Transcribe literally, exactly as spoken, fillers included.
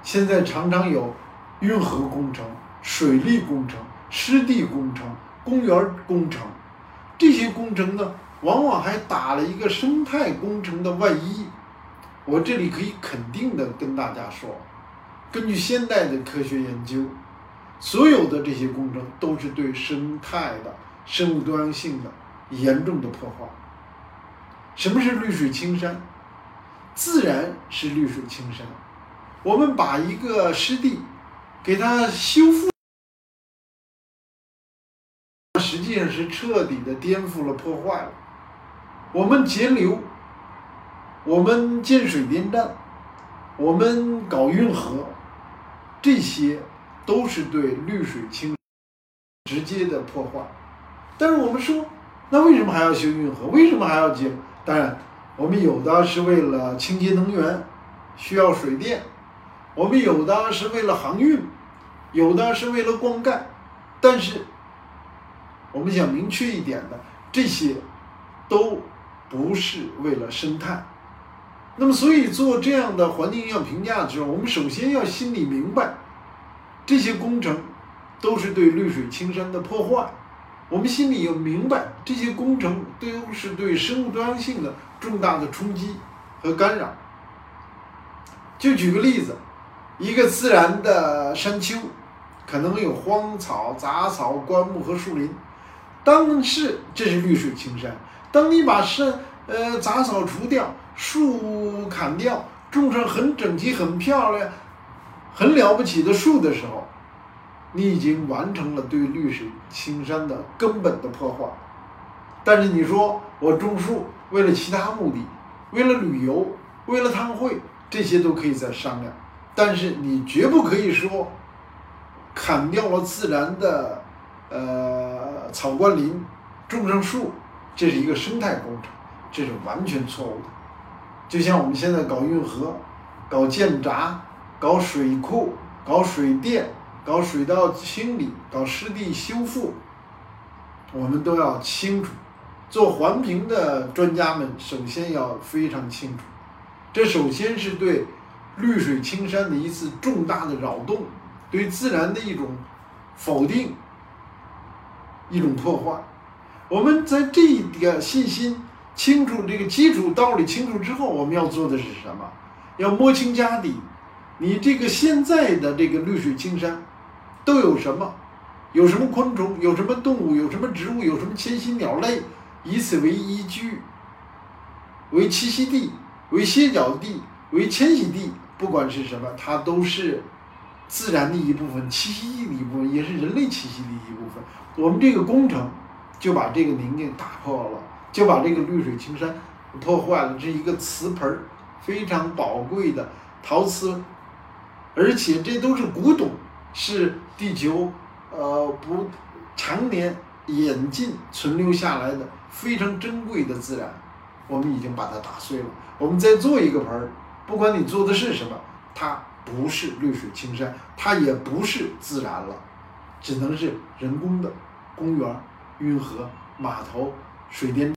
现在常常有运河工程、水利工程、湿地工程、公园工程，这些工程呢，往往还打了一个生态工程的外衣。我这里可以肯定的跟大家说，根据现代的科学研究，所有的这些工程都是对生态的、生物多样性的严重的破坏。什么是绿水青山？自然是绿水青山。我们把一个湿地给它修复，实际上是彻底的颠覆了、破坏了。我们节流，我们建水电站，我们搞运河，这些都是对绿水青山直接的破坏。但是我们说，那为什么还要修运河？为什么还要建？当然，我们有的是为了清洁能源，需要水电；我们有的是为了航运，有的是为了灌溉。但是，我们想明确一点的，这些都不是为了生态。那么，所以做这样的环境影响评价的时候，我们首先要心里明白，这些工程都是对绿水青山的破坏。我们心里要明白，这些工程都是对生物多样性的重大的冲击和干扰。就举个例子，一个自然的山丘，可能有荒草、杂草、灌木和树林，但是这是绿水青山。当你把山呃杂草除掉，树砍掉，种上很整齐、很漂亮、很了不起的树的时候，你已经完成了对绿水青山的根本的破坏。但是你说我种树为了其他目的，为了旅游，为了摊会，这些都可以再商量。但是你绝不可以说砍掉了自然的呃草灌林，种上树，这是一个生态工程，这是完全错误的。就像我们现在搞运河、搞建闸、搞水库、搞水电、搞水道清理、搞湿地修复，我们都要清楚。做环评的专家们首先要非常清楚，这首先是对绿水青山的一次重大的扰动，对自然的一种否定，一种破坏。我们在这个信心清楚、这个基础道理清楚之后，我们要做的是什么？要摸清家底，你这个现在的这个绿水青山都有什么？有什么昆虫？有什么动物？有什么植物？有什么迁徙鸟类？以此为依据，为栖息地，为歇脚地，为迁徙地，不管是什么，它都是自然的一部分，栖息地的一部分，也是人类栖息地的一部分。我们这个工程就把这个宁静打破了，就把这个绿水青山破坏了。这是一个瓷盆，非常宝贵的陶瓷，而且这都是古董，是地球呃不常年演进存留下来的非常珍贵的自然，我们已经把它打碎了。我们再做一个盆，不管你做的是什么，它不是绿水青山，它也不是自然了，只能是人工的公园、运河、码头、水电。